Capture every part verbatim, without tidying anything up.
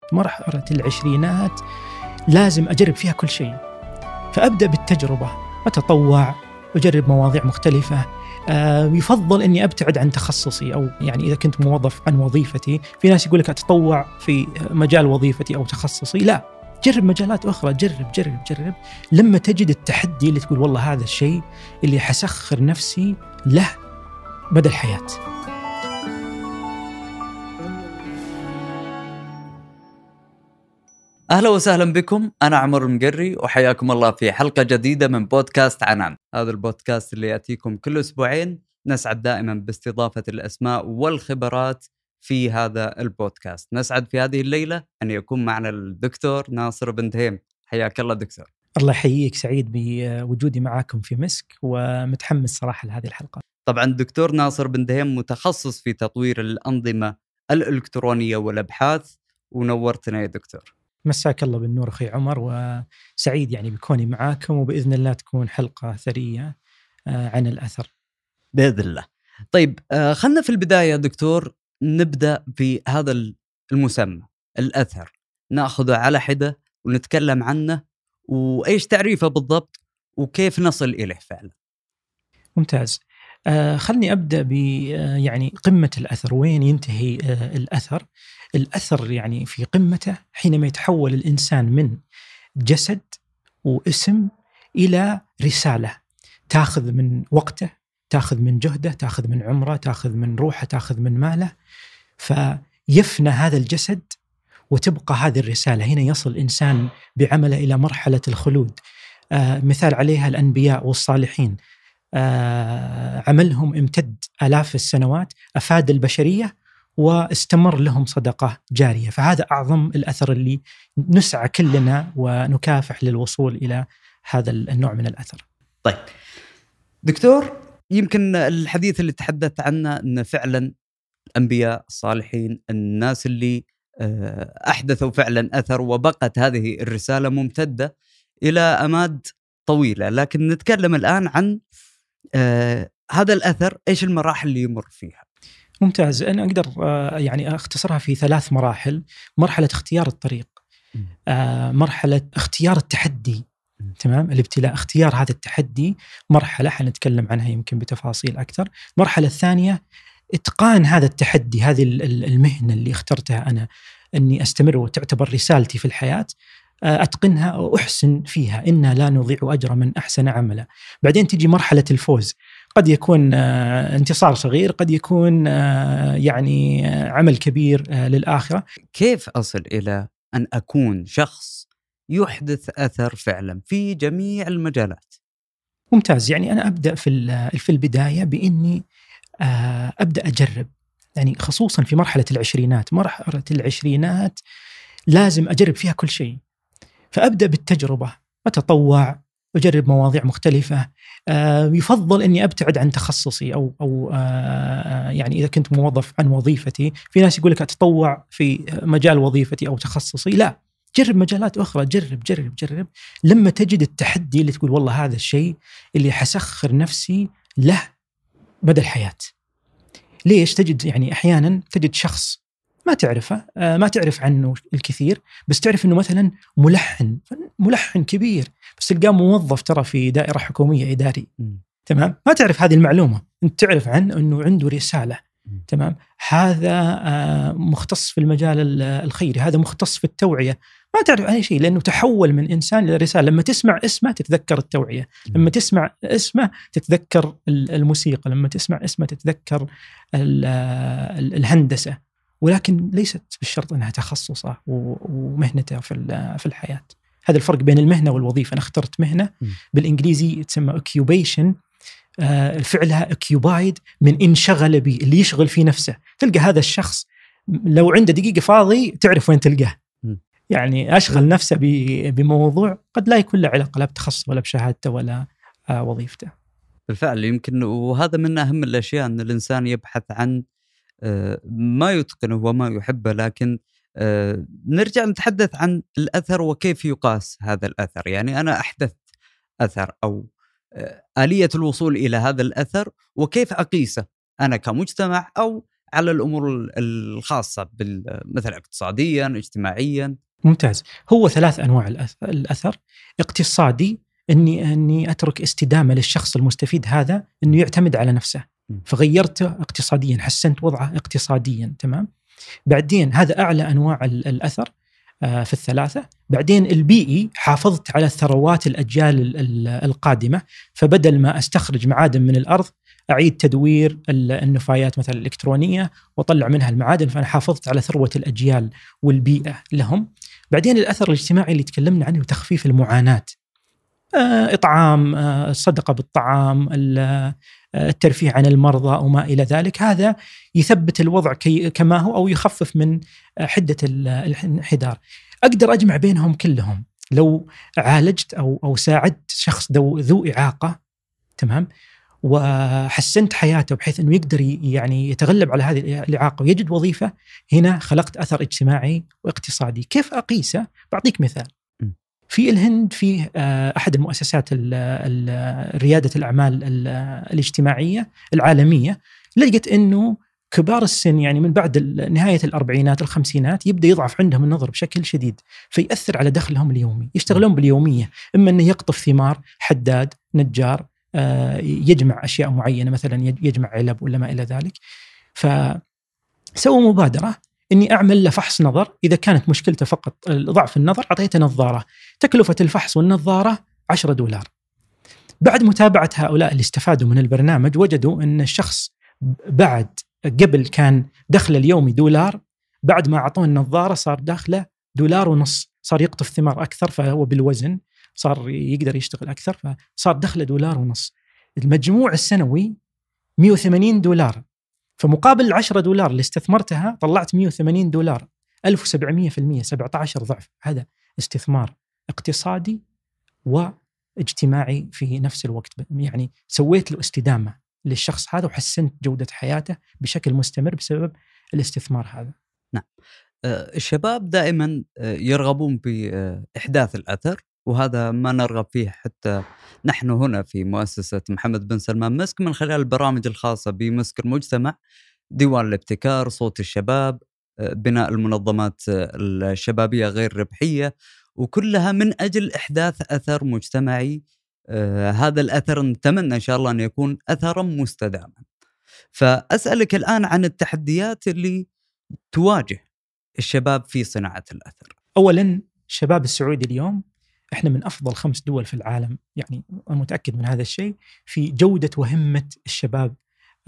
مرحلة العشرينات لازم أجرب فيها كل شيء، فأبدأ بالتجربة، أتطوع، أجرب مواضيع مختلفة. آه يفضل أني أبتعد عن تخصصي، أو يعني إذا كنت موظف عن وظيفتي، في ناس يقول لك أتطوع في مجال وظيفتي أو تخصصي، لا، جرب مجالات أخرى، جرب جرب جرب لما تجد التحدي اللي تقول والله هذا الشيء اللي حسخر نفسي له مدى الحياة. أهلا وسهلا بكم، أنا عمر المقري وحياكم الله في حلقة جديدة من بودكاست عنان. هذا البودكاست اللي يأتيكم كل أسبوعين، نسعد دائما باستضافة الأسماء والخبرات في هذا البودكاست. نسعد في هذه الليلة أن يكون معنا الدكتور ناصر بن دهيم. حياك الله دكتور. الله يحييك، سعيد بوجودي معاكم في مسك ومتحمس صراحة لهذه الحلقة. طبعا الدكتور ناصر بن دهيم متخصص في تطوير الأنظمة الإلكترونية والأبحاث، ونورتنا يا دكتور. مساك الله بالنور أخي عمر، وسعيد يعني بكوني معاكم، وبإذن الله تكون حلقة ثرية عن الأثر بإذن الله. طيب خلنا في البداية دكتور نبدأ بهذا المسمى الأثر، نأخذه على حدة ونتكلم عنه وإيش تعريفه بالضبط وكيف نصل إليه فعلا. ممتاز. آه خلني أبدأ ب يعني قمة الأثر، وين ينتهي آه الأثر. الأثر يعني في قمته حينما يتحول الإنسان من جسد واسم إلى رسالة، تأخذ من وقته، تأخذ من جهده، تأخذ من عمره، تأخذ من روحه، تأخذ من ماله، فيفنى هذا الجسد وتبقى هذه الرسالة. هنا يصل الإنسان بعمله إلى مرحلة الخلود. آه مثال عليها الأنبياء والصالحين، آه عملهم امتد آلاف السنوات، أفاد البشرية واستمر لهم صدقة جارية. فهذا أعظم الأثر اللي نسعى كلنا ونكافح للوصول إلى هذا النوع من الأثر. طيب دكتور، يمكن الحديث اللي تحدثت عنه أن فعلا الأنبياء الصالحين، الناس اللي أحدثوا فعلا أثر وبقت هذه الرسالة ممتدة إلى أماد طويلة، لكن نتكلم الآن عن آه هذا الأثر، إيش المراحل اللي يمر فيها؟ ممتاز. أنا أقدر آه يعني أختصرها في ثلاث مراحل. مرحلة اختيار الطريق، آه مرحلة اختيار التحدي، تمام، الابتلاء، اختيار هذا التحدي مرحلة حنتكلم عنها يمكن بتفاصيل أكثر. مرحلة الثانية إتقان هذا التحدي، هذه المهنة اللي اخترتها أنا أني أستمر وتعتبر رسالتي في الحياة، أتقنها وأحسن فيها، إنا لا نضيع أجر من أحسن عملا. بعدين تجي مرحلة الفوز، قد يكون انتصار صغير، قد يكون يعني عمل كبير للآخرة. كيف أصل إلى أن أكون شخص يحدث أثر فعلا في جميع المجالات؟ ممتاز. يعني أنا أبدأ في في البداية بإني أبدأ أجرب، يعني خصوصا في مرحلة العشرينات. مرحلة العشرينات لازم أجرب فيها كل شيء، فأبدأ بالتجربة، أتطوع، أجرب مواضيع مختلفة. آه يفضل أني أبتعد عن تخصصي، أو, أو آه يعني إذا كنت موظف عن وظيفتي، في ناس يقول لك أتطوع في مجال وظيفتي أو تخصصي، لا، جرب مجالات أخرى، جرب جرب جرب لما تجد التحدي اللي تقول والله هذا الشيء اللي حسخر نفسي له مدى الحياة. ليش؟ تجد يعني أحيانا تجد شخص ما تعرفه، ما تعرف عنه الكثير، بس تعرف أنه مثلا ملحن ملحن كبير، بس تلقاه موظف ترى في دائرة حكومية إداري، م. تمام، ما تعرف هذه المعلومة. أنت تعرف عنه أنه عنده رسالة، م. تمام، هذا مختص في المجال الخيري، هذا مختص في التوعية، ما تعرف أي شيء، لأنه تحول من إنسان إلى رسالة. لما تسمع اسمه تتذكر التوعية، لما تسمع اسمه تتذكر الموسيقى، لما تسمع اسمه تتذكر الهندسة، ولكن ليست بالشرط أنها تخصصه ومهنته في الحياة. هذا الفرق بين المهنة والوظيفة. أنا اخترت مهنة بالإنجليزي تسمى occupation، آه فعلها occupied من انشغل به، اللي يشغل في نفسه. تلقى هذا الشخص لو عنده دقيقة فاضي تعرف وين تلقاه، يعني أشغل نفسه بموضوع قد لا يكون له علاقة لا بتخصص ولا بشهادته ولا آه وظيفته. بالفعل، يمكن وهذا من أهم الأشياء أن الإنسان يبحث عن ما يتقنه وما يحبه. لكن نرجع نتحدث عن الأثر وكيف يقاس هذا الأثر. يعني أنا أحدثت أثر، أو آلية الوصول إلى هذا الأثر وكيف أقيسه أنا كمجتمع أو على الأمور الخاصة مثلا اقتصاديا اجتماعيا؟ ممتاز. هو ثلاث أنواع الأثر. اقتصادي، أني أني أترك استدامة للشخص المستفيد هذا أنه يعتمد على نفسه، فغيرته اقتصاديا، حسنت وضعه اقتصاديا. تمام. بعدين هذا أعلى أنواع الأثر في الثلاثة. بعدين البيئي، حافظت على ثروات الأجيال القادمة، فبدل ما أستخرج معادن من الأرض أعيد تدوير النفايات مثلا الإلكترونية وطلع منها المعادن، فأنا حافظت على ثروة الأجيال والبيئة لهم. بعدين الأثر الاجتماعي اللي تكلمنا عنه، تخفيف المعاناة، إطعام، الصدقة بالطعام، الترفيه عن المرضى وما إلى ذلك. هذا يثبت الوضع كما هو أو يخفف من حدة الانحدار. أقدر أجمع بينهم كلهم لو عالجت أو أو ساعدت شخص ذو إعاقة، تمام، وحسنت حياته بحيث أنه يقدر يعني يتغلب على هذه الإعاقة ويجد وظيفة. هنا خلقت أثر اجتماعي واقتصادي. كيف أقيسه؟ بعطيك مثال. في الهند في أحد المؤسسات ريادة الأعمال الاجتماعية العالمية، لقيت أنه كبار السن يعني من بعد نهاية الأربعينات الخمسينات يبدأ يضعف عندهم النظر بشكل شديد، فيأثر على دخلهم اليومي. يشتغلون باليومية، إما أنه يقطف ثمار، حداد، نجار، يجمع أشياء معينة مثلا يجمع علب ولا ما إلى ذلك. فسووا مبادرة إني أعمل له فحص نظر. إذا كانت مشكلته فقط ضعف النظر أعطيته نظارة، تكلفة الفحص والنظارة عشرة دولار. بعد متابعة هؤلاء اللي استفادوا من البرنامج، وجدوا أن الشخص بعد قبل كان دخله اليومي دولار، بعد ما أعطوه النظارة صار دخله دولار ونص، صار يقطف ثمار أكثر، فهو بالوزن صار يقدر يشتغل أكثر، فصار دخله دولار ونص. المجموع السنوي مئة وثمانين دولار، فمقابل العشرة دولار اللي استثمرتها طلعت مئة وثمانين دولار، ألف وسبعمئة في المئة، سبعة عشر ضعف. هذا استثمار اقتصادي واجتماعي في نفس الوقت. يعني سويت له استدامة للشخص هذا وحسنت جودة حياته بشكل مستمر بسبب الاستثمار هذا. نعم. الشباب دائما يرغبون بإحداث الأثر، وهذا ما نرغب فيه حتى نحن هنا في مؤسسة محمد بن سلمان مسك، من خلال البرامج الخاصة بمسك المجتمع، ديوان الابتكار، صوت الشباب، بناء المنظمات الشبابية غير ربحية، وكلها من أجل إحداث أثر مجتمعي. آه هذا الأثر نتمنى إن شاء الله أن يكون أثرا مستداما. فأسألك الآن عن التحديات اللي تواجه الشباب في صناعة الأثر. أولا، الشباب السعودي اليوم إحنا من أفضل خمس دول في العالم، يعني أنا متأكد من هذا الشيء، في جودة وهمة الشباب.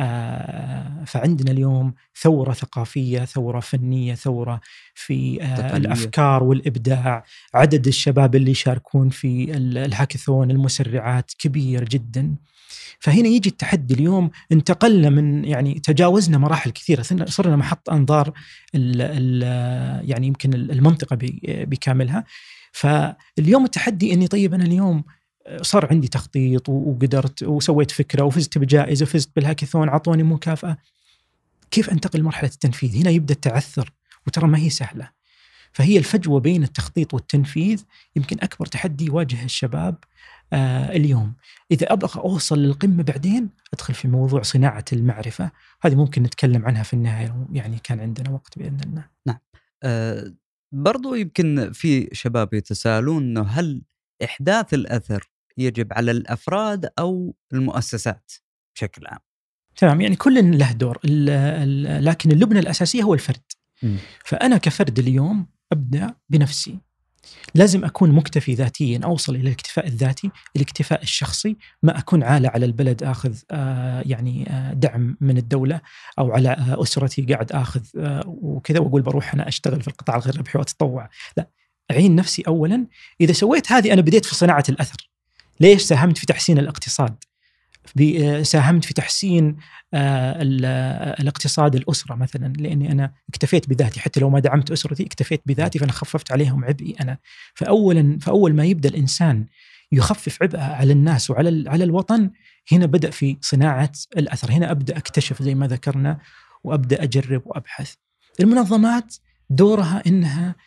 آه فعندنا اليوم ثورة ثقافية، ثورة فنية، ثورة في آه الأفكار والإبداع. عدد الشباب اللي يشاركون في الهاكاثون، المسرعات، كبير جدا. فهنا يجي التحدي. اليوم انتقلنا من يعني تجاوزنا مراحل كثيرة، صرنا محط أنظار ال ال يعني يمكن المنطقة بكاملها. فاليوم التحدي إني طيب أنا اليوم صار عندي تخطيط وقدرت وسويت فكرة وفزت بجائزة وفزت بالهاكاثون، عطوني مكافأة، كيف أنتقل مرحلة التنفيذ؟ هنا يبدأ التعثر، وترى ما هي سهلة. فهي الفجوة بين التخطيط والتنفيذ يمكن أكبر تحدي يواجه الشباب آه اليوم. إذا أبغى أوصل للقمة بعدين أدخل في موضوع صناعة المعرفة، هذه ممكن نتكلم عنها في النهاية، يعني كان عندنا وقت بإذن الله. نعم. أه برضو يمكن في شباب يتساءلون أنه هل إحداث الأثر يجب على الأفراد أو المؤسسات بشكل عام؟ تمام، يعني كل له دور، لكن اللبنة الأساسية هو الفرد. م. فأنا كفرد اليوم أبدأ بنفسي، لازم أكون مكتفي ذاتيا، أوصل إلى الاكتفاء الذاتي، الاكتفاء الشخصي، ما أكون عالة على البلد أخذ آه يعني آه دعم من الدولة، أو على آه أسرتي قاعد أخذ آه وكذا وأقول بروح أنا أشتغل في القطاع الغير ربحي وأتطوع. لا، أعين نفسي أولا. إذا سويت هذه أنا بديت في صناعة الأثر. ليش؟ ساهمت في تحسين الاقتصاد، ساهمت في تحسين آه الاقتصاد الأسرة مثلا، لأني أنا اكتفيت بذاتي. حتى لو ما دعمت أسرتي اكتفيت بذاتي، فأنا خففت عليهم عبئي أنا. فأولا فأول ما يبدأ الإنسان يخفف عبئه على الناس وعلى على الوطن، هنا بدأ في صناعة الأثر. هنا أبدأ أكتشف زي ما ذكرنا، وأبدأ أجرب وأبحث. المنظمات دورها إنها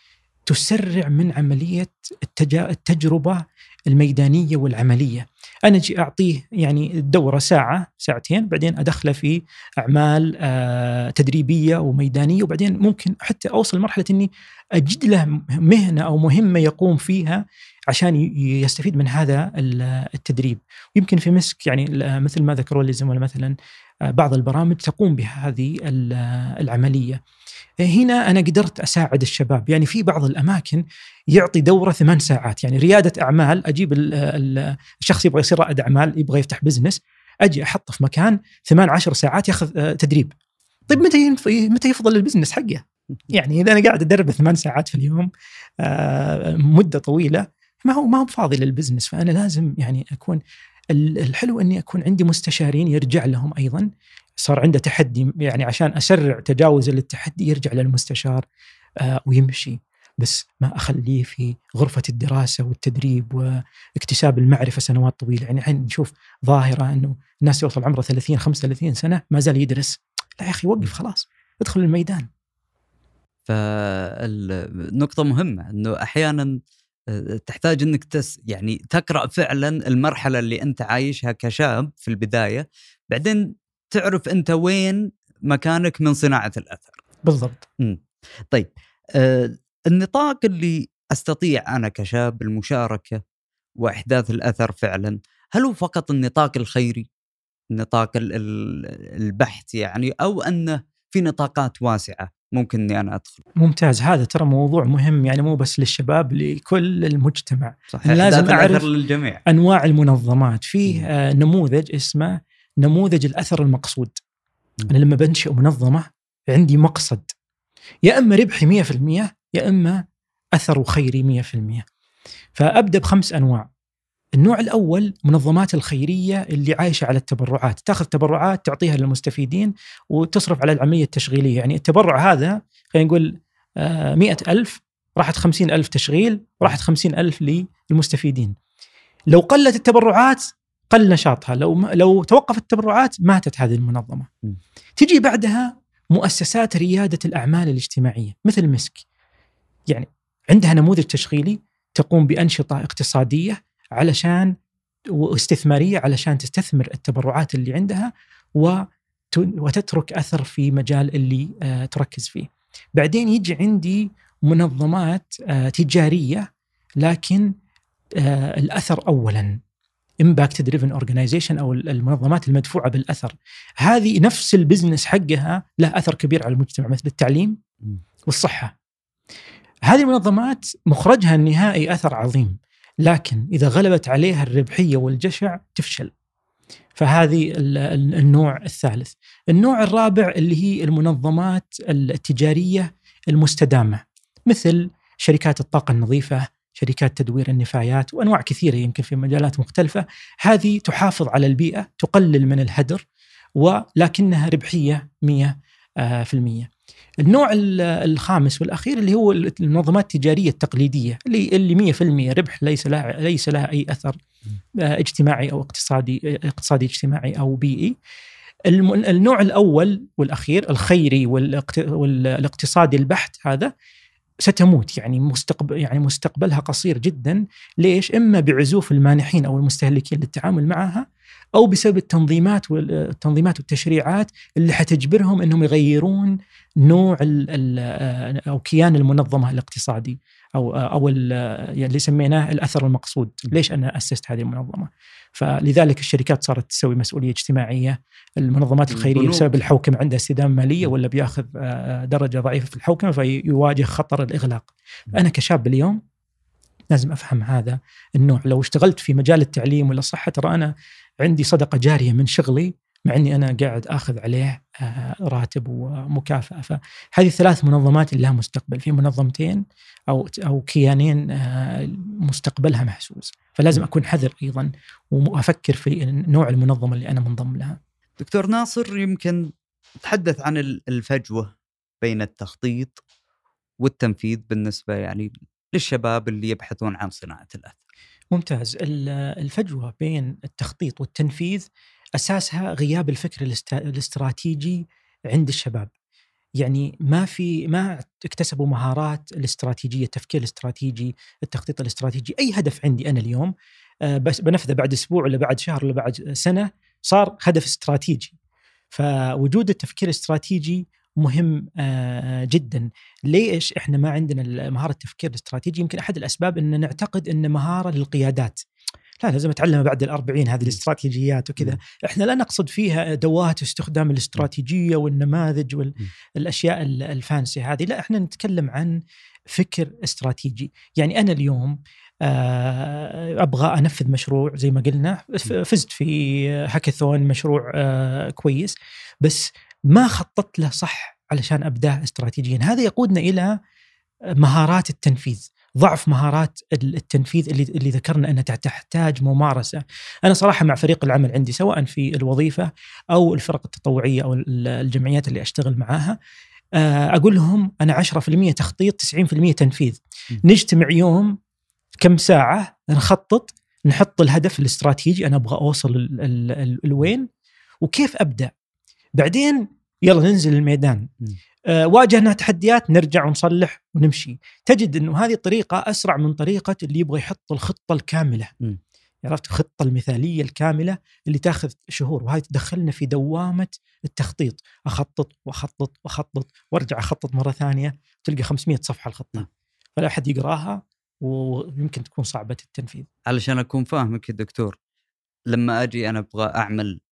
تسرع من عملية التجربة الميدانية والعملية. أنا أجي أعطيه يعني الدورة ساعة ساعتين، بعدين أدخله في أعمال تدريبية وميدانية، وبعدين ممكن حتى أوصل لمرحلة أني أجد له مهنة أو مهمة يقوم فيها عشان يستفيد من هذا التدريب. ويمكن في مسك يعني مثل ما ذكروا لي الزملاء مثلا بعض البرامج تقوم بهذه العملية. هنا أنا قدرت أساعد الشباب. يعني في بعض الأماكن يعطي دورة ثمان ساعات، يعني ريادة أعمال، أجيب الشخص يبغى يصير رائد أعمال، يبغى يفتح بزنس، أجي أحطه في مكان ثمان عشر ساعات يأخذ تدريب. طيب متى متى يفضل البزنس حقه؟ يعني إذا أنا قاعد أدرب ثمان ساعات في اليوم مدة طويلة، ما هو ما هو فاضي للبزنس. فأنا لازم يعني أكون الحلو أني أكون عندي مستشارين يرجع لهم أيضا. صار عنده تحدي، يعني عشان أسرع تجاوز للتحدي يرجع للمستشار آه ويمشي، بس ما أخليه في غرفة الدراسة والتدريب واكتساب المعرفة سنوات طويلة. يعني الحين نشوف ظاهرة أنه الناس يوصل عمره ثلاثين خمسة وثلاثين سنة ما زال يدرس. لا يا أخي وقف، خلاص ادخل الميدان. فالنقطة مهمة أنه أحيانا تحتاج أنك تس يعني تقرأ فعلا المرحلة اللي أنت عايشها كشاب في البداية، بعدين تعرف أنت وين مكانك من صناعة الأثر. بالضبط. م. طيب آه النطاق اللي أستطيع أنا كشاب المشاركة وإحداث الأثر فعلا، هل هو فقط النطاق الخيري، نطاق البحث يعني، أو أنه في نطاقات واسعة ممكن أني أنا أدخل؟ ممتاز، هذا ترى موضوع مهم، يعني مو بس للشباب، لكل المجتمع. صحيح. لازم أعرف للجميع. أنواع المنظمات. فيه آه نموذج اسمه نموذج الأثر المقصود. أنا لما بنشئ منظمة عندي مقصد، يا إما ربحي مية في المية يا إما أثر خيري مية في المية. فأبدأ بخمس أنواع. النوع الأول منظمات الخيرية اللي عايشة على التبرعات، تأخذ تبرعات تعطيها للمستفيدين وتصرف على العملية التشغيلية. يعني التبرع هذا خلينا نقول مئة ألف، راحت خمسين ألف تشغيل، راحت خمسين ألف للمستفيدين. لو قلت التبرعات قل نشاطها، لو لو توقفت التبرعات ماتت هذه المنظمة. م. تجي بعدها مؤسسات ريادة الأعمال الاجتماعية مثل مسك، يعني عندها نموذج تشغيلي تقوم بأنشطة اقتصادية علشان واستثمارية علشان تستثمر التبرعات اللي عندها وتترك أثر في مجال اللي آه تركز فيه. بعدين يجي عندي منظمات آه تجارية لكن آه الأثر أولاً، impact driven organization أو المنظمات المدفوعة بالأثر. هذه نفس البزنس حقها له أثر كبير على المجتمع، مثل التعليم والصحة. هذه المنظمات مخرجها النهائي أثر عظيم، لكن إذا غلبت عليها الربحية والجشع تفشل. فهذه النوع الثالث. النوع الرابع اللي هي المنظمات التجارية المستدامة، مثل شركات الطاقة النظيفة، شركات تدوير النفايات، وأنواع كثيرة يمكن في مجالات مختلفة. هذه تحافظ على البيئة، تقلل من الهدر، ولكنها ربحية مية في المية. النوع الخامس والأخير اللي هو المنظمات التجارية التقليدية، اللي اللي مية في المية ربح، ليس لها ليس لها أي أثر اجتماعي أو اقتصادي اقتصادي اجتماعي أو بيئي. النوع الأول والأخير الخيري والاقتصادي البحت، هذا ستموت، يعني مستقبل يعني مستقبلها قصير جدا. ليش؟ إما بعزوف المانحين أو المستهلكين للتعامل معها، أو بسبب التنظيمات والتنظيمات والتشريعات اللي حتجبرهم أنهم يغيرون نوع أو كيان المنظمة الاقتصادي أو أو اللي سميناه الأثر المقصود. ليش أنا أسست هذه المنظمة؟ فلذلك الشركات صارت تسوي مسؤولية اجتماعية. المنظمات الخيرية بسبب الحوكمة عندها استدامة مالية ولا بياخذ درجة ضعيفة في الحوكمة فيواجه خطر الإغلاق. أنا كشاب اليوم لازم أفهم هذا النوع. لو اشتغلت في مجال التعليم ولا الصحة، ترى أنا عندي صدقة جارية من شغلي، مع أني أنا قاعد أخذ عليه راتب ومكافأة. فهذه الثلاث منظمات اللي لها مستقبل. في منظمتين أو أو كيانين مستقبلها محسوس، فلازم أكون حذر أيضا وأفكر في نوع المنظمة اللي أنا منضم لها. دكتور ناصر، يمكن تحدث عن الفجوة بين التخطيط والتنفيذ بالنسبة يعني للشباب اللي يبحثون عن صناعة الأثر. ممتاز. الفجوة بين التخطيط والتنفيذ أساسها غياب الفكر الاستراتيجي عند الشباب. يعني ما في ما اكتسبوا مهارات الاستراتيجية، التفكير الاستراتيجي، التخطيط الاستراتيجي. أي هدف عندي أنا اليوم بس بنفذه بعد أسبوع ولا بعد شهر ولا بعد سنة صار هدف استراتيجي. فوجود التفكير الاستراتيجي مهم جدا. ليش إحنا ما عندنا مهارة التفكير الاستراتيجي؟ يمكن أحد الأسباب أن نعتقد أن مهارة للقيادات، لا لازم أتعلم بعد الأربعين هذه الاستراتيجيات وكذا. إحنا لا نقصد فيها دوات استخدام الاستراتيجية والنماذج والأشياء الفانسي هذه، لا إحنا نتكلم عن فكر استراتيجي. يعني أنا اليوم أبغى أنفذ مشروع زي ما قلنا، فزت في هاكاثون مشروع كويس، بس ما خططت له صح علشان أبدأ استراتيجيا. هذا يقودنا إلى مهارات التنفيذ، ضعف مهارات التنفيذ اللي اللي ذكرنا أنها تحتاج ممارسة. أنا صراحة مع فريق العمل عندي سواء في الوظيفة أو الفرق التطوعية أو الجمعيات اللي أشتغل معاها، أقول لهم أنا عشرة بالمئة تخطيط تسعين بالمئة تنفيذ. نجتمع يوم كم ساعة نخطط، نحط الهدف الاستراتيجي، أنا أبغى أوصل ال ال ال الوين وكيف أبدأ، بعدين يلا ننزل الميدان. أه واجهنا تحديات نرجع ونصلح ونمشي. تجد أنه هذه الطريقة أسرع من طريقة اللي يبغى يحط الخطة الكاملة. م. عرفت الخطة المثالية الكاملة اللي تأخذ شهور، وهذه تدخلنا في دوامة التخطيط. أخطط وأخطط وأخطط وارجع أخطط مرة ثانية، تلقى خمسمئة صفحة الخطة، فلا أحد يقراها ويمكن تكون صعبة التنفيذ. علشان أكون فاهمك يا دكتور، لما أجي أنا أبغى أعمل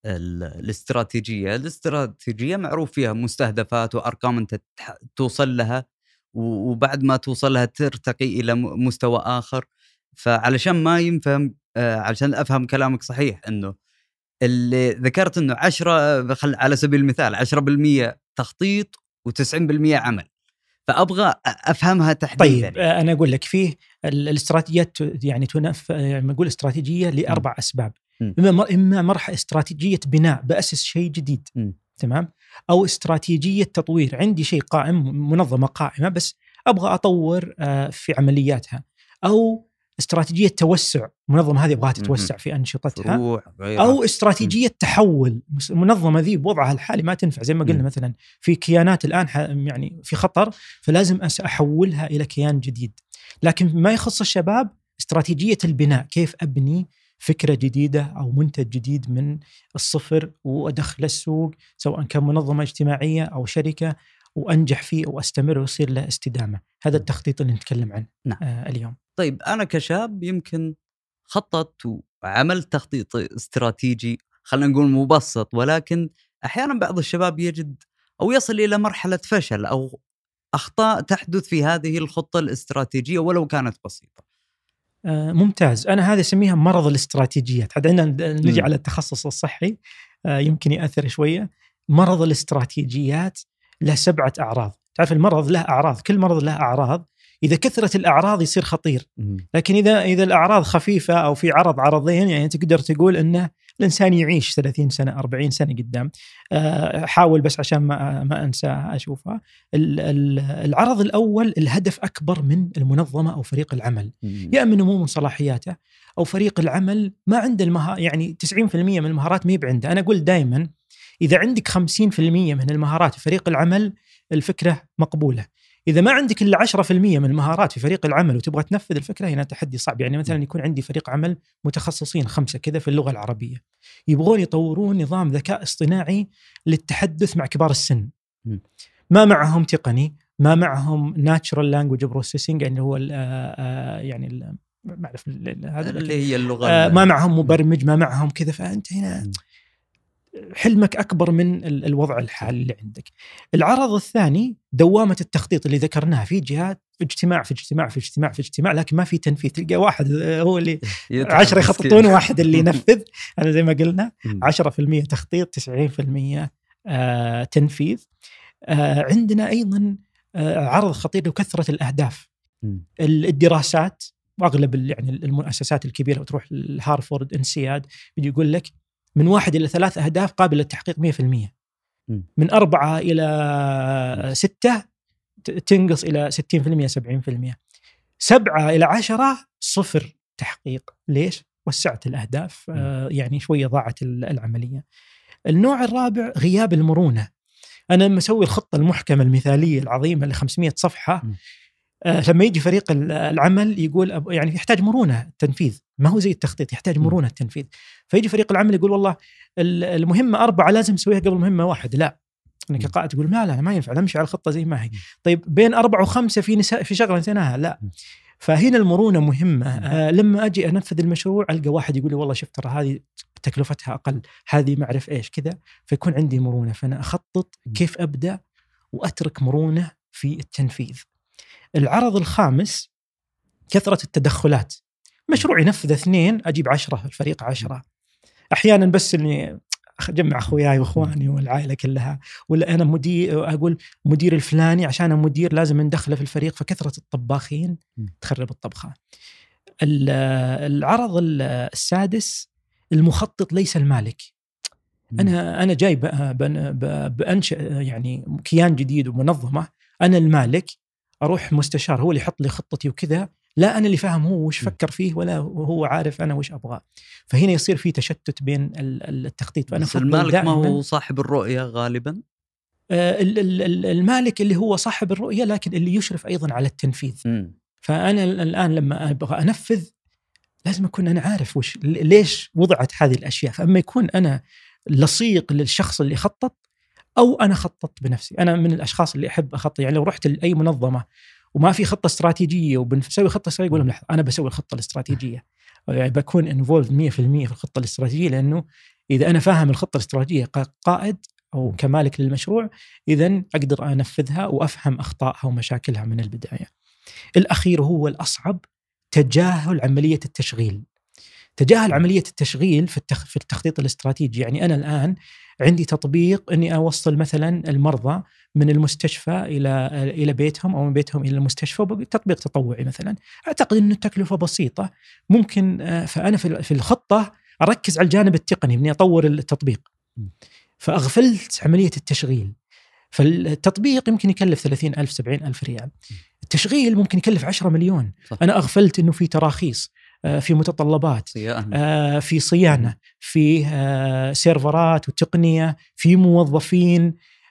الاستراتيجية الاستراتيجية معروف فيها مستهدفات وأرقام أنت توصل لها، وبعد ما توصل لها ترتقي إلى مستوى آخر. فعلشان ما ينفهم، علشان أفهم كلامك صحيح، أنه اللي ذكرت أنه عشرة على سبيل المثال عشرة بالمئة تخطيط وتسعين بالمئة عمل، فأبغى أفهمها تحديدا. طيب أنا أقول لك فيه الاستراتيجيات يعني تنف يعني نقول استراتيجية لأربع م. أسباب. إما إما مرحلة استراتيجية بناء بأسس شيء جديد، م. تمام، أو استراتيجية تطوير، عندي شيء قائم منظمة قائمة بس أبغى أطور في عملياتها، أو استراتيجية توسع، منظمة هذه أبغاها تتوسع في أنشطتها، أو استراتيجية م. تحول، منظمة ذي بوضعها الحالي ما تنفع، زي ما قلنا م. مثلا في كيانات الآن يعني في خطر، فلازم أحولها إلى كيان جديد. لكن ما يخص الشباب استراتيجية البناء، كيف أبني فكرة جديدة أو منتج جديد من الصفر وأدخل السوق، سواء كان منظمة اجتماعية أو شركة، وأنجح فيه وأستمر ويصير له استدامة. هذا التخطيط اللي نتكلم عنه نعم. آه اليوم. طيب أنا كشاب يمكن خططت وعملت تخطيط استراتيجي، خلينا نقول مبسط، ولكن أحيانا بعض الشباب يجد أو يصل إلى مرحلة فشل أو أخطاء تحدث في هذه الخطة الاستراتيجية ولو كانت بسيطة. آه ممتاز. أنا هذا أسميها مرض الاستراتيجيات. هذا نجي على التخصص الصحي، آه يمكن يأثر شوية. مرض الاستراتيجيات له سبعة أعراض. تعرف المرض له أعراض، كل مرض له أعراض. إذا كثرت الأعراض يصير خطير، لكن إذا إذا الأعراض خفيفة أو في عرض عرضين، يعني تقدر تقول إنه الإنسان يعيش ثلاثين سنة أربعين سنة قدام. أه حاول بس عشان ما ما أنسى أشوفها. العرض الأول، الهدف أكبر من المنظمة أو فريق العمل، يا من نمو من صلاحياته، أو فريق العمل ما عنده المها يعني تسعين بالمئة من المهارات ما يبقى عنده. أنا أقول دائما إذا عندك خمسين بالمئة من المهارات في فريق العمل الفكرة مقبولة. إذا ما عندك إلا عشرة بالمئة من المهارات في فريق العمل وتبغى تنفذ الفكرة، هنا تحدي صعب. يعني مثلا يكون عندي فريق عمل متخصصين خمسة كذا في اللغة العربية، يبغون يطورون نظام ذكاء اصطناعي للتحدث مع كبار السن، ما معهم تقني، ما معهم natural language processing يعني هو ال يعني ما أعرف هذا اللي هي اللغة، ما معهم مبرمج، ما معهم كذا. فأنت هنا حلمك أكبر من الوضع الحالي اللي عندك. العرض الثاني دوامة التخطيط اللي ذكرناها، في جهات في اجتماع في اجتماع في اجتماع في اجتماع لكن ما في تنفيذ. تلقى واحد هو اللي عشرة يخططون واحد اللي ينفذ. أنا زي ما قلنا عشرة بالمئة تخطيط تسعين بالمئة آه تنفيذ. آه عندنا أيضا آه عرض خطير وكثرة الأهداف. الدراسات وأغلب يعني المؤسسات الكبيرة وتروح لهارفورد انسياد بيجي يقول لك من واحد إلى ثلاث أهداف قابل للتحقيق مئة بالمئة، من أربعة إلى ستة تنقص إلى ستين بالمئة سبعين بالمئة، سبعة إلى عشرة صفر تحقيق. ليش؟ وسعت الأهداف، آه يعني شوية ضاعت العملية. النوع الرابع غياب المرونة. أنا لما أسوي الخطة المحكمة المثالية العظيمة اللي خمسمائة صفحة، آه لما يجي فريق العمل يقول يعني يحتاج مرونة التنفيذ، ما هو زي التخطيط، يحتاج مرونة التنفيذ. فيجي فريق العمل يقول والله المهمة أربعة لازم نسويها قبل مهمة واحد. لا، أنا كقائد تقول لا لا ما ينفع، نمشي على الخطة زي ما هي. طيب بين أربعة وخمسة في نساء في شغلة نسيناها، لا. فهنا المرونة مهمة. آه لما أجي أنفذ المشروع ألقى واحد يقول لي والله شفت ترى هذه تكلفتها أقل، هذه ما أعرف إيش كذا، فيكون عندي مرونة. فأنا أخطط كيف أبدأ وأترك مرونة في التنفيذ. العرض الخامس كثرة التدخلات. مشروع ينفذ اثنين أجيب عشرة، الفريق عشرة. أحيانا بس إني أجمع أخوياي وأخواني والعائلة كلها، ولا أنا مدير أقول مدير الفلاني عشان أنا مدير لازم ندخله في الفريق، فكثرة الطباخين تخرب الطبخة. العرض السادس المخطط ليس المالك. أنا أنا جاي بأنشأ يعني كيان جديد ومنظمة، أنا المالك، أروح مستشار هو اللي يحط لي خطتي وكذا، لا أنا اللي فاهم هو وش فكر فيه ولا هو عارف أنا وش أبغى. فهنا يصير في تشتت بين التخطيط. فأنا بس المالك ما هو صاحب الرؤية غالبا. المالك اللي هو صاحب الرؤية، لكن اللي يشرف أيضا على التنفيذ. م. فأنا الآن لما أبغى أنفذ لازم أكون أنا عارف وش ليش وضعت هذه الأشياء. فأما يكون أنا لصيق للشخص اللي خطط، أو أنا خطط بنفسي. أنا من الأشخاص اللي أحب أخطط. يعني لو رحت لأي منظمة وما في خطة استراتيجية وبنسوي خطة استراتيجية، يقول لهم لحظة أنا بسوي الخطة الاستراتيجية، يعني بكون انفولد مية في المية في الخطة الاستراتيجية. لأنه إذا أنا فاهم الخطة الاستراتيجية كقائد أو كمالك للمشروع، إذن أقدر أنفذها وأفهم أخطائها ومشاكلها من البداية. الأخير هو الأصعب، تجاهل عملية التشغيل. تجاهل عملية التشغيل في في التخطيط الاستراتيجي. يعني أنا الآن عندي تطبيق إني أوصل مثلا المرضى من المستشفى إلى إلى بيتهم، أو من بيتهم إلى المستشفى، تطبيق تطوعي مثلا. أعتقد إنه التكلفة بسيطة ممكن. فأنا في الخطة أركز على الجانب التقني إني أطور التطبيق، فأغفلت عملية التشغيل. فالتطبيق يمكن يكلف ثلاثين ألف سبعين ألف ريال، التشغيل ممكن يكلف عشرة مليون. صح. أنا أغفلت إنه في تراخيص، في متطلبات، صيانة. في صيانة، في سيرفرات وتقنية، في موظفين،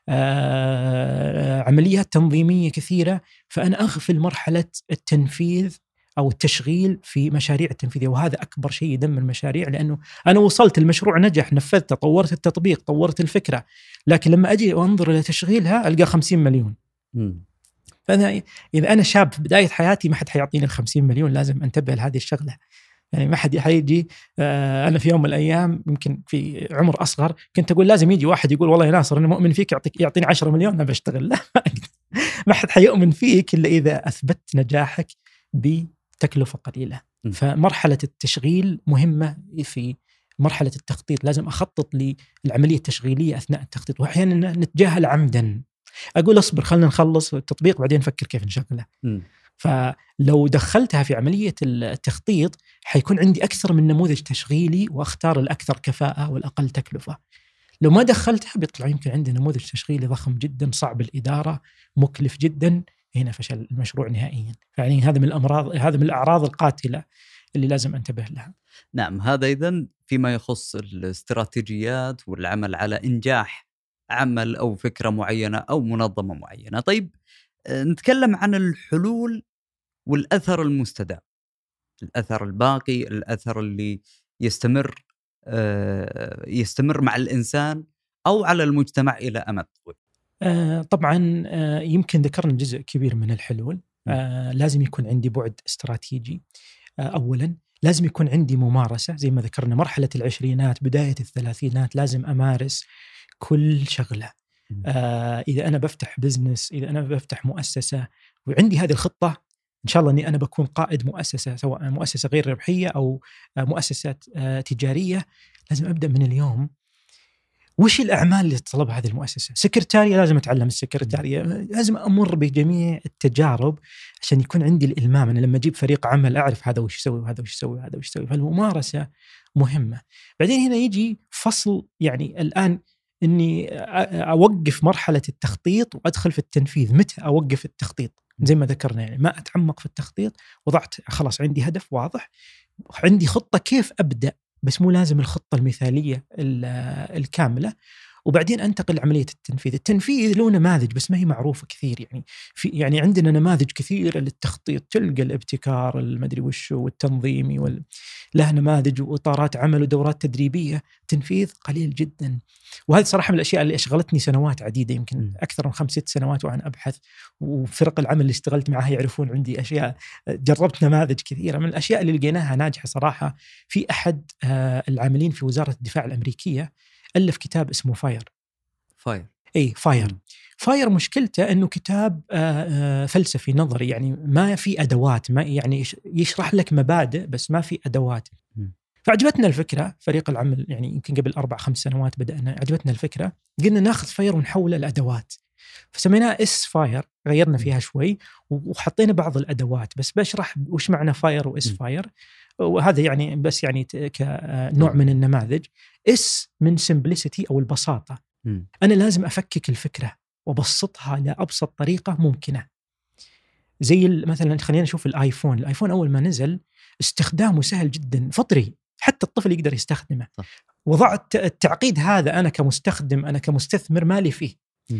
عمليات تنظيمية كثيرة. فأنا أغفل مرحلة التنفيذ أو التشغيل في مشاريع التنفيذية، وهذا أكبر شيء يدمر المشاريع. لأنه أنا وصلت المشروع نجح، نفذته، طورت التطبيق، طورت الفكرة، لكن لما أجي وأنظر إلى تشغيلها ألقى خمسين مليون. م. فأنا إذا أنا شاب في بداية حياتي ما حد حيعطيني الخمسين مليون، لازم أنتبه لهذه الشغلة. يعني ما حد حيجي. أنا في يوم من الأيام يمكن في عمر أصغر كنت أقول لازم يجي واحد يقول والله يا ناصر أنا مؤمن فيك، يعطيك يعطيني عشرة مليون أنا بشتغل. لا، ما حد حيؤمن فيك إلا إذا أثبت نجاحك بتكلفة قليلة. م. فمرحلة التشغيل مهمة. في مرحلة التخطيط لازم أخطط للعملية التشغيلية أثناء التخطيط، وأحيانا نتجاهل عمدا. أقول أصبر خلنا نخلص التطبيق بعدين نفكر كيف نشغله. م. فلو دخلتها في عملية التخطيط حيكون عندي أكثر من نموذج تشغيلي، وأختار الأكثر كفاءة والأقل تكلفة. لو ما دخلتها بيطلع يمكن عندي نموذج تشغيلي ضخم جدا، صعب الإدارة، مكلف جدا، هنا فشل المشروع نهائيا. يعني هذا من الأمراض، هذا من الأعراض القاتلة اللي لازم أنتبه لها. نعم، هذا إذن فيما يخص الاستراتيجيات والعمل على إنجاح عمل أو فكرة معينة أو منظمة معينة. طيب نتكلم عن الحلول والأثر المستدام، الأثر الباقي، الأثر اللي يستمر يستمر مع الإنسان أو على المجتمع إلى أمد طويل. آه طبعا آه يمكن ذكرنا جزء كبير من الحلول. آه لازم يكون عندي بعد استراتيجي. آه أولا لازم يكون عندي ممارسة، زي ما ذكرنا مرحلة العشرينات بداية الثلاثينات لازم أمارس كل شغلة. آه إذا أنا بفتح بزنس، إذا أنا بفتح مؤسسة وعندي هذه الخطة، إن شاء الله أني أنا بكون قائد مؤسسة، سواء مؤسسة غير ربحية أو مؤسسات آه تجارية، لازم أبدأ من اليوم. وش الأعمال اللي تطلبها هذه المؤسسة؟ سكرتارية، لازم أتعلم السكرتارية، لازم أمر بجميع التجارب عشان يكون عندي الإلمام. أنا لما أجيب فريق عمل أعرف هذا وش يسوي وهذا وش يسوي وهذا وش يسوي. فالممارسة مهمة. بعدين هنا يجي فصل، يعني الآن إني أوقف مرحلة التخطيط وأدخل في التنفيذ. متى أوقف التخطيط؟ زي ما ذكرنا، يعني ما أتعمق في التخطيط، وضعت خلاص عندي هدف واضح، عندي خطة كيف أبدأ، بس مو لازم الخطة المثالية الكاملة. وبعدين انتقل لعمليه التنفيذ. التنفيذ له نماذج بس ما هي معروفه كثير، يعني في يعني عندنا نماذج كثيره للتخطيط، تلقى الابتكار المدري وش والتنظيمي وال... له نماذج واطارات عمل ودورات تدريبيه. تنفيذ قليل جدا، وهذه صراحه من الاشياء اللي اشغلتني سنوات عديده، يمكن م. اكثر من خمس ست سنوات وانا ابحث، وفرق العمل اللي اشتغلت معها يعرفون عندي اشياء، جربت نماذج كثيره. من الاشياء اللي لقيناها ناجحه صراحه، في احد العاملين في وزاره الدفاع الامريكيه ألف كتاب اسمه فاير. فاير اي فاير. فاير مشكلته انه كتاب فلسفي نظري، يعني ما في ادوات، ما يعني يشرح لك مبادئ بس ما في ادوات. م. فعجبتنا الفكره، فريق العمل يعني يمكن قبل اربع خمس سنوات بدانا، عجبتنا الفكره، قلنا ناخذ فاير ونحوله لادوات، فسميناه اس فاير، غيرنا فيها شوي وحطينا بعض الادوات، بس بشرح وش معنى فاير واس فاير، وهذا يعني بس يعني كنوع من النماذج. اس من simplicity او البساطه، م. انا لازم افكك الفكره وبسطها لابسط طريقه ممكنه. زي مثلا خلينا نشوف الايفون. الايفون اول ما نزل استخدامه سهل جدا، فطري، حتى الطفل يقدر يستخدمه. صح. وضعت التعقيد هذا انا كمستخدم، انا كمستثمر مالي فيه. م.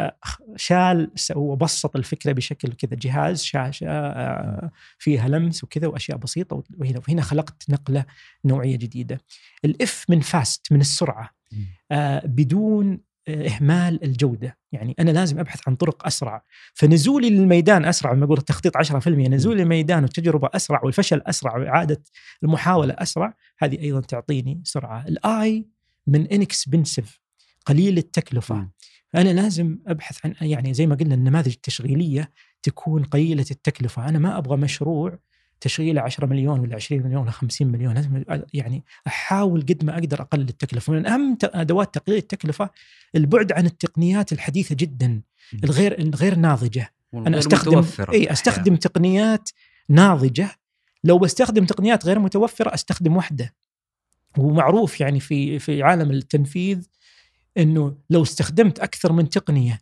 فشال وبسط الفكرة بشكل كذا، جهاز شاشة فيها لمس وكذا وأشياء بسيطة، وهنا وهنا خلقت نقلة نوعية جديدة. الإف من فاست، من السرعة، آه بدون إهمال الجودة. يعني أنا لازم أبحث عن طرق أسرع، فنزولي للميدان أسرع، لما أقول التخطيط عشرة بالمئة، نزولي للميدان والتجربة أسرع والفشل أسرع وإعادة المحاولة أسرع، هذه أيضا تعطيني سرعة. الآي من inexpensive، قليل التكلفة. م. أنا لازم أبحث عن يعني زي ما قلنا النماذج التشغيلية تكون قليلة التكلفة. أنا ما أبغى مشروع تشغيله عشرة مليون ولا عشرين مليون ولا خمسين مليون، لازم يعني أحاول قد ما أقدر أقلل التكلفة. من أهم أدوات تقليل التكلفة البعد عن التقنيات الحديثة جدا، الغير الغير ناضجة. أنا أستخدم أي أستخدم تقنيات ناضجة. لو بستخدم تقنيات غير متوفرة أستخدم واحدة. ومعروف يعني في في عالم التنفيذ إنه لو استخدمت أكثر من تقنية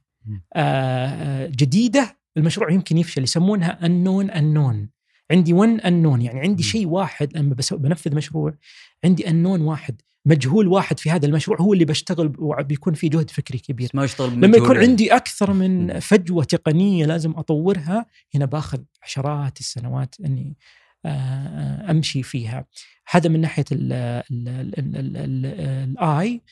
جديدة المشروع يمكن يفشل. يسمونها unknown unknown. عندي one unknown، يعني عندي شيء واحد لما بنفذ مشروع، عندي unknown واحد، مجهول واحد في هذا المشروع هو اللي بشتغل وبيكون فيه جهد فكري كبير. ما يشتغل لما يكون عندي أكثر من فجوة تقنية لازم أطورها، هنا باخذ عشرات السنوات أني أمشي فيها. هذا من ناحية الآي.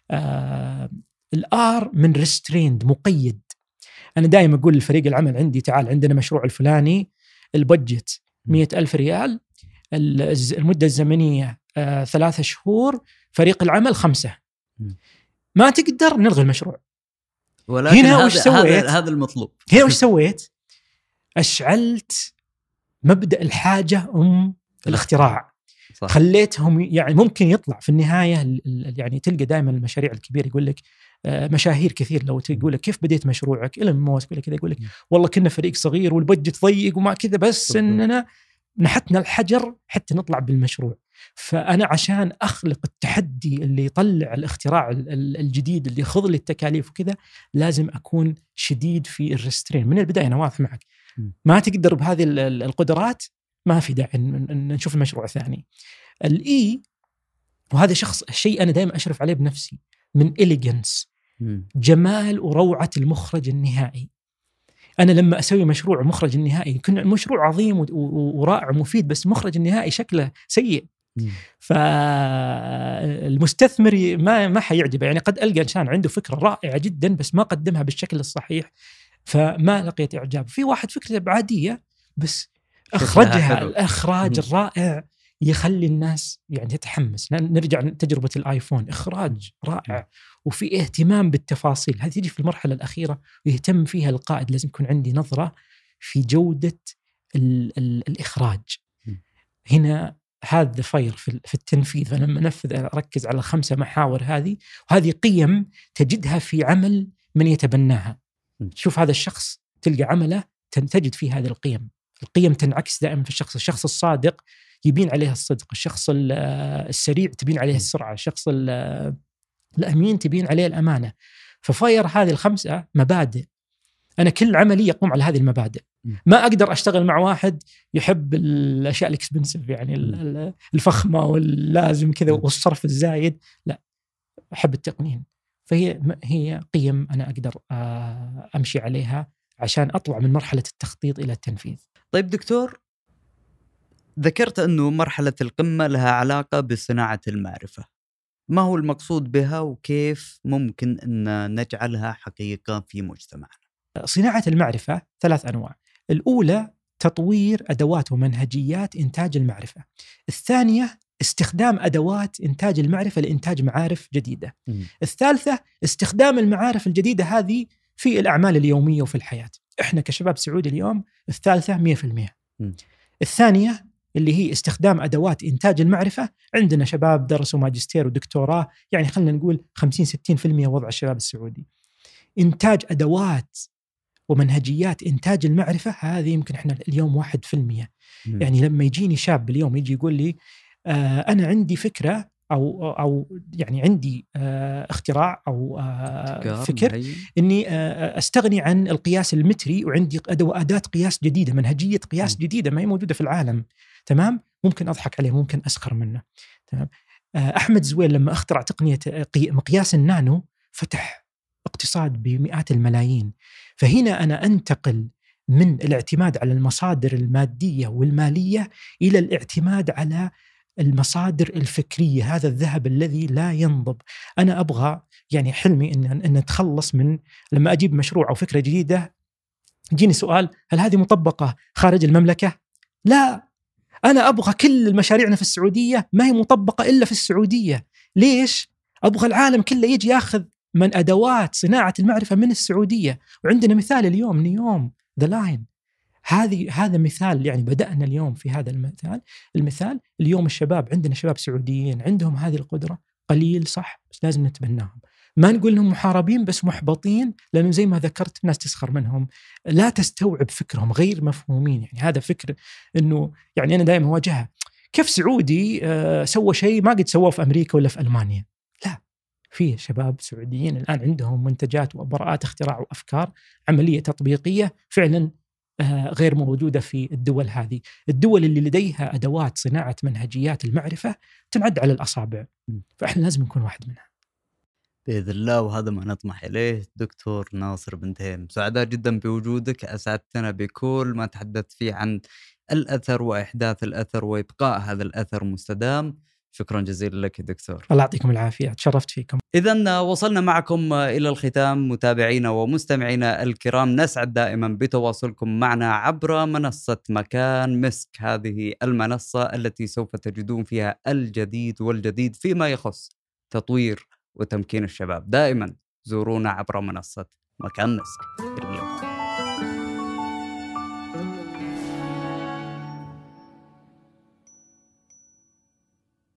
الآر من restrained، مقيد. أنا دائما أقول لفريق العمل عندي، تعال عندنا مشروع الفلاني، البجت مئة ألف ريال، المدة الزمنية آه ثلاثة شهور، فريق العمل خمسة، ما تقدر نلغي المشروع. ولكن هنا وش سويت؟ هذا المطلوب. هنا وش سويت؟ أشعلت مبدأ الحاجة أم الاختراع. صح. خليتهم يعني ممكن يطلع في النهاية، يعني تلقى دائما المشاريع الكبيرة يقول لك مشاهير كثير لو تقول لك كيف بديت مشروعك، إلى موسى يقول لك كذا، يقول لك والله كنا فريق صغير والبجت ضيق وما كذا، بس إننا نحتنا الحجر حتى نطلع بالمشروع. فأنا عشان أخلق التحدي اللي يطلع الاختراع الجديد اللي يخض لي التكاليف وكذا، لازم أكون شديد في الريسترين من البداية. أنا واضح معك، ما تقدر بهذه القدرات، ما في داعي نشوف المشروع ثاني. الإي، وهذا شخص الشيء أنا دائما أشرف عليه بنفسي، من إليجنس، جمال وروعة المخرج النهائي. أنا لما أسوي مشروع مخرج النهائي يكون مشروع عظيم ورائع ومفيد، بس مخرج النهائي شكله سيء، فالمستثمر ما ما حيعجبه. يعني قد ألقى إنسان عنده فكرة رائعة جدا بس ما قدمها بالشكل الصحيح، فما لقيت إعجاب. في واحد فكرة عادية بس أخرجها الإخراج الرائع يخلي الناس يعني تتحمس. نرجع لتجربة الآيفون، إخراج رائع وفي اهتمام بالتفاصيل. هذه تيجي في المرحلة الأخيرة ويهتم فيها القائد. لازم يكون عندي نظرة في جودة ال ال الإخراج. هنا هذا فاير في, في التنفيذ. فلما ننفذ أركز على الخمسة محاور هذه، وهذه قيم تجدها في عمل من يتبناها. شوف هذا الشخص تلقى عمله تجد فيه هذه القيم. القيم تنعكس دائما في الشخص. الشخص الصادق يبين عليه الصدق، الشخص السريع تبين عليه السرعة، الشخص الأمين تبين عليه الأمانة. ففاير هذه الخمسة مبادئ، أنا كل عملي يقوم على هذه المبادئ. ما أقدر أشتغل مع واحد يحب الأشياء الإكسبنسيف، يعني الفخمة واللازم كذا والصرف الزايد، لا، أحب التقنين. فهي هي قيم أنا أقدر أمشي عليها عشان أطلع من مرحلة التخطيط إلى التنفيذ. طيب دكتور، ذكرت أنه مرحلة القمة لها علاقة بصناعة المعرفة، ما هو المقصود بها وكيف ممكن أن نجعلها حقيقة في مجتمعنا؟ صناعة المعرفة ثلاث أنواع. الأولى تطوير أدوات ومنهجيات إنتاج المعرفة. الثانية استخدام أدوات إنتاج المعرفة لإنتاج معارف جديدة. م. الثالثة استخدام المعارف الجديدة هذه في الأعمال اليومية وفي الحياة. إحنا كشباب سعودي اليوم الثالثة مئة في المئة. م. الثانية اللي هي استخدام أدوات إنتاج المعرفة، عندنا شباب درسوا ماجستير ودكتوراه، يعني خلنا نقول خمسين ستين في المئة وضع الشباب السعودي. إنتاج أدوات ومنهجيات إنتاج المعرفة هذه يمكن إحنا اليوم واحد في المئة. يعني لما يجيني شاب اليوم يجي يقول لي آه أنا عندي فكرة أو أو يعني عندي آه اختراع أو آه فكر معين. إني آه أستغني عن القياس المتري وعندي أداة قياس جديدة، منهجية قياس م. جديدة ما هي موجودة في العالم، تمام؟ ممكن أضحك عليه، ممكن أسخر منه، تمام؟ آه أحمد زويل لما اخترع تقنية مقياس النانو فتح اقتصاد بمئات الملايين. فهنا أنا أنتقل من الاعتماد على المصادر المادية والمالية إلى الاعتماد على المصادر الفكرية، هذا الذهب الذي لا ينضب. أنا أبغى يعني حلمي إن, إن نتخلص من لما أجيب مشروع أو فكرة جديدة يجيني سؤال هل هذه مطبقة خارج المملكة؟ لا، أنا أبغى كل المشاريعنا في السعودية ما هي مطبقة إلا في السعودية. ليش؟ أبغى العالم كله يجي ياخذ من أدوات صناعة المعرفة من السعودية. وعندنا مثال اليوم نيوم ذا لاين، هذه هذا مثال يعني بدأنا اليوم في هذا المثال. المثال اليوم الشباب عندنا شباب سعوديين عندهم هذه القدرة، قليل صح بس لازم نتبناهم. ما نقول لهم محاربين بس محبطين، لأنه زي ما ذكرت الناس تسخر منهم، لا تستوعب فكرهم، غير مفهومين. يعني هذا فكر إنه يعني أنا دائما أواجهها، كيف سعودي آه سوى شيء ما قد سواه في أمريكا ولا في ألمانيا؟ لا، في شباب سعوديين الآن عندهم منتجات وبراءات اختراع وأفكار عملية تطبيقية فعلا غير موجودة في الدول هذه. الدول اللي لديها أدوات صناعة منهجيات المعرفة تنعد على الأصابع، فإحنا لازم نكون واحد منها بإذن الله، وهذا ما نطمح إليه. دكتور ناصر بن تهيم، سعداء جدا بوجودك، أسعدتنا بكل ما تحدثت فيه عن الأثر وإحداث الأثر وإبقاء هذا الأثر مستدام. شكرا جزيلا لك دكتور. الله يعطيكم العافية، تشرفت فيكم. إذن وصلنا معكم إلى الختام متابعينا ومستمعينا الكرام، نسعد دائما بتواصلكم معنا عبر منصة مكان مسك، هذه المنصة التي سوف تجدون فيها الجديد والجديد فيما يخص تطوير وتمكين الشباب. دائما زورونا عبر منصة مكان مسك.